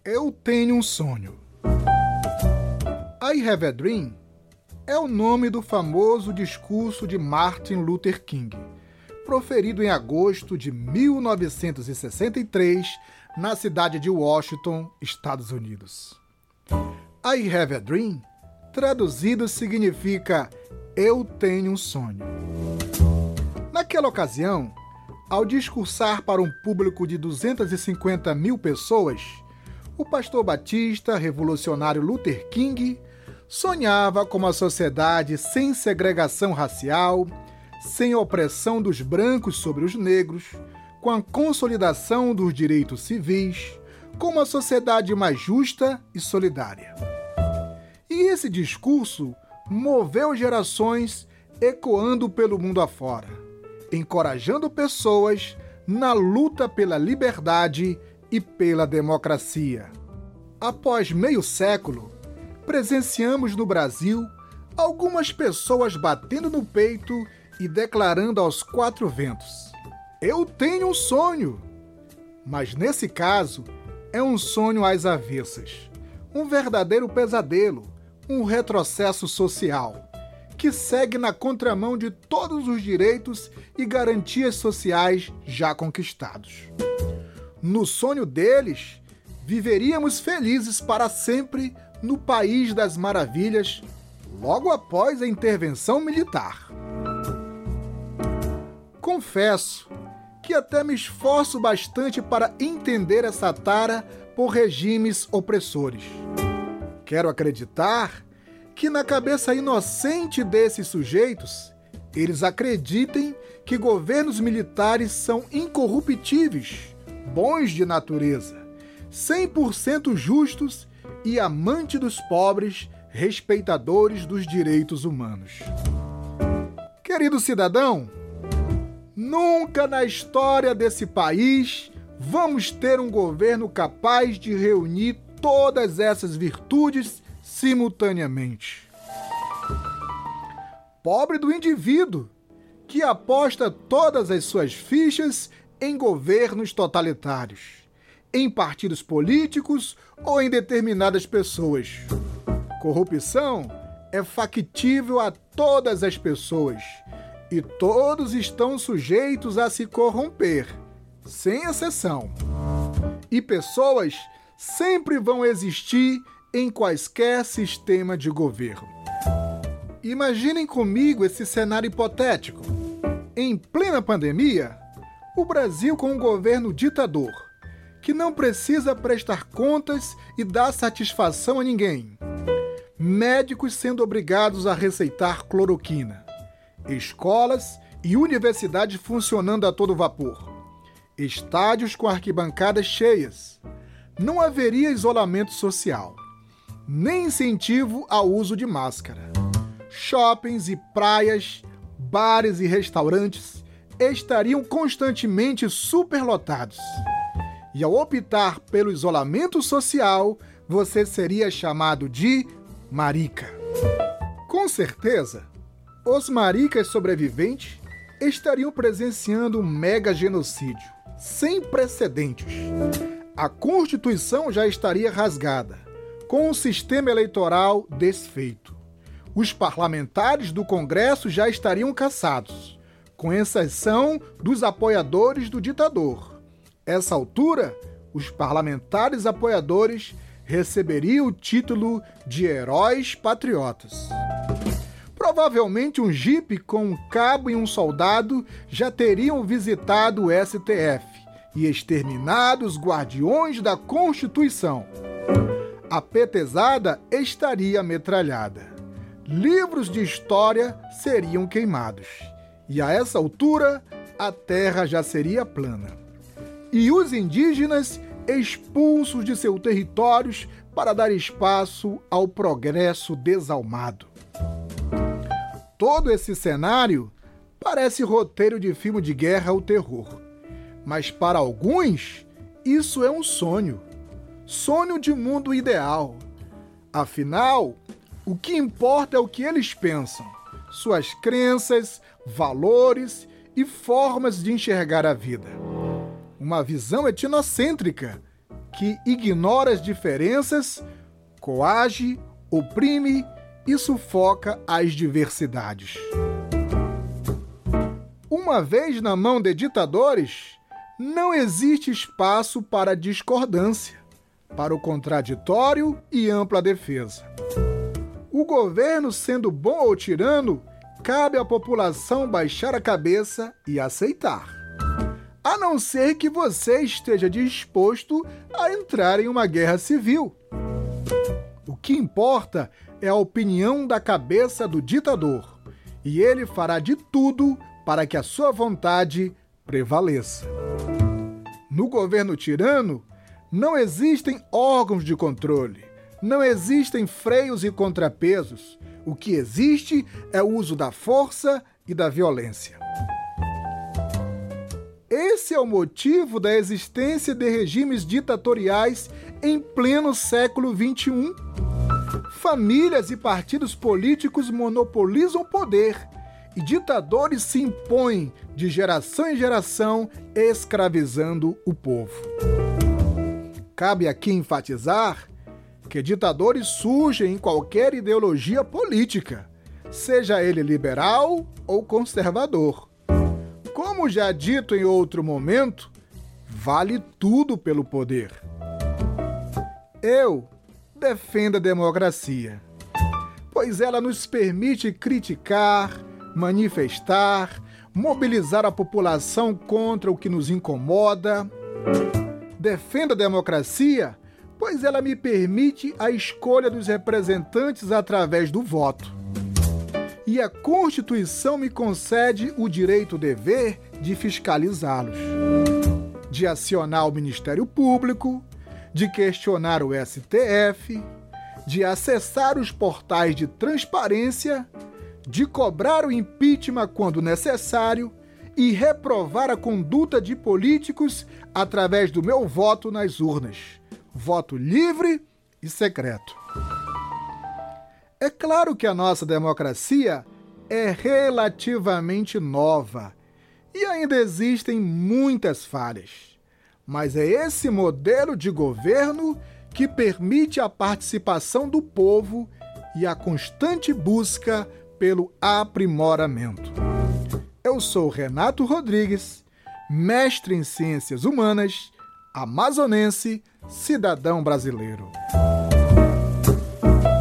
Eu tenho um sonho. I Have a Dream é o nome do famoso discurso de Martin Luther King, proferido em agosto de 1963 na cidade de Washington, Estados Unidos. I Have a Dream, traduzido, significa Eu tenho um sonho. Naquela ocasião, ao discursar para um público de 250 mil pessoas, o pastor batista revolucionário Luther King sonhava com uma sociedade sem segregação racial, sem opressão dos brancos sobre os negros, com a consolidação dos direitos civis, com uma sociedade mais justa e solidária. E esse discurso moveu gerações ecoando pelo mundo afora, encorajando pessoas na luta pela liberdade e pela democracia. Após meio século, presenciamos no Brasil algumas pessoas batendo no peito e declarando aos quatro ventos: eu tenho um sonho! Mas nesse caso, é um sonho às avessas, um verdadeiro pesadelo, um retrocesso social, que segue na contramão de todos os direitos e garantias sociais já conquistados. No sonho deles, viveríamos felizes para sempre no País das Maravilhas, logo após a intervenção militar. Confesso que até me esforço bastante para entender essa tara por regimes opressores. Quero acreditar que na cabeça inocente desses sujeitos, eles acreditem que governos militares são incorruptíveis, bons de natureza, 100% justos e amantes dos pobres, respeitadores dos direitos humanos. Querido cidadão, nunca na história desse país vamos ter um governo capaz de reunir todas essas virtudes simultaneamente. Pobre do indivíduo que aposta todas as suas fichas em governos totalitários, em partidos políticos ou em determinadas pessoas. Corrupção é factível a todas as pessoas e todos estão sujeitos a se corromper, sem exceção. E pessoas sempre vão existir em quaisquer sistema de governo. Imaginem comigo esse cenário hipotético. Em plena pandemia, o Brasil com um governo ditador, que não precisa prestar contas e dar satisfação a ninguém. Médicos sendo obrigados a receitar cloroquina. Escolas e universidades funcionando a todo vapor. Estádios com arquibancadas cheias. Não haveria isolamento social, nem incentivo ao uso de máscara. Shoppings e praias, bares e restaurantes estariam constantemente superlotados. E ao optar pelo isolamento social, você seria chamado de marica. Com certeza, os maricas sobreviventes estariam presenciando um mega genocídio, sem precedentes. A Constituição já estaria rasgada, com o sistema eleitoral desfeito. Os parlamentares do Congresso já estariam cassados, com exceção dos apoiadores do ditador. Essa altura, os parlamentares apoiadores receberiam o título de heróis patriotas. Provavelmente um jipe com um cabo e um soldado já teriam visitado o STF e exterminado os guardiões da Constituição. A petezada estaria metralhada. Livros de história seriam queimados. E a essa altura, a terra já seria plana. E os indígenas expulsos de seus territórios para dar espaço ao progresso desalmado. Todo esse cenário parece roteiro de filme de guerra ou terror. Mas para alguns, isso é um sonho. Sonho de mundo ideal. Afinal, o que importa é o que eles pensam, suas crenças, valores e formas de enxergar a vida. Uma visão etnocêntrica, que ignora as diferenças, coage, oprime e sufoca as diversidades. Uma vez na mão de ditadores, não existe espaço para discordância, para o contraditório e ampla defesa. O governo, sendo bom ou tirano, cabe à população baixar a cabeça e aceitar. A não ser que você esteja disposto a entrar em uma guerra civil. O que importa é a opinião da cabeça do ditador, e ele fará de tudo para que a sua vontade prevaleça. No governo tirano, não existem órgãos de controle, não existem freios e contrapesos. O que existe é o uso da força e da violência. Esse é o motivo da existência de regimes ditatoriais em pleno século XXI. Famílias e partidos políticos monopolizam o poder e ditadores se impõem de geração em geração, escravizando o povo. Cabe aqui enfatizar que ditadores surgem em qualquer ideologia política, seja ele liberal ou conservador. Como já dito em outro momento, vale tudo pelo poder. Eu defendo a democracia, pois ela nos permite criticar, manifestar, mobilizar a população contra o que nos incomoda. Defendo a democracia, pois ela me permite a escolha dos representantes através do voto. E a Constituição me concede o direito-dever de fiscalizá-los, de acionar o Ministério Público, de questionar o STF, de acessar os portais de transparência, de cobrar o impeachment quando necessário e reprovar a conduta de políticos através do meu voto nas urnas. Voto livre e secreto. É claro que a nossa democracia é relativamente nova e ainda existem muitas falhas. Mas é esse modelo de governo que permite a participação do povo e a constante busca pelo aprimoramento. Eu sou Renato Rodrigues, mestre em Ciências Humanas, amazonense, cidadão brasileiro.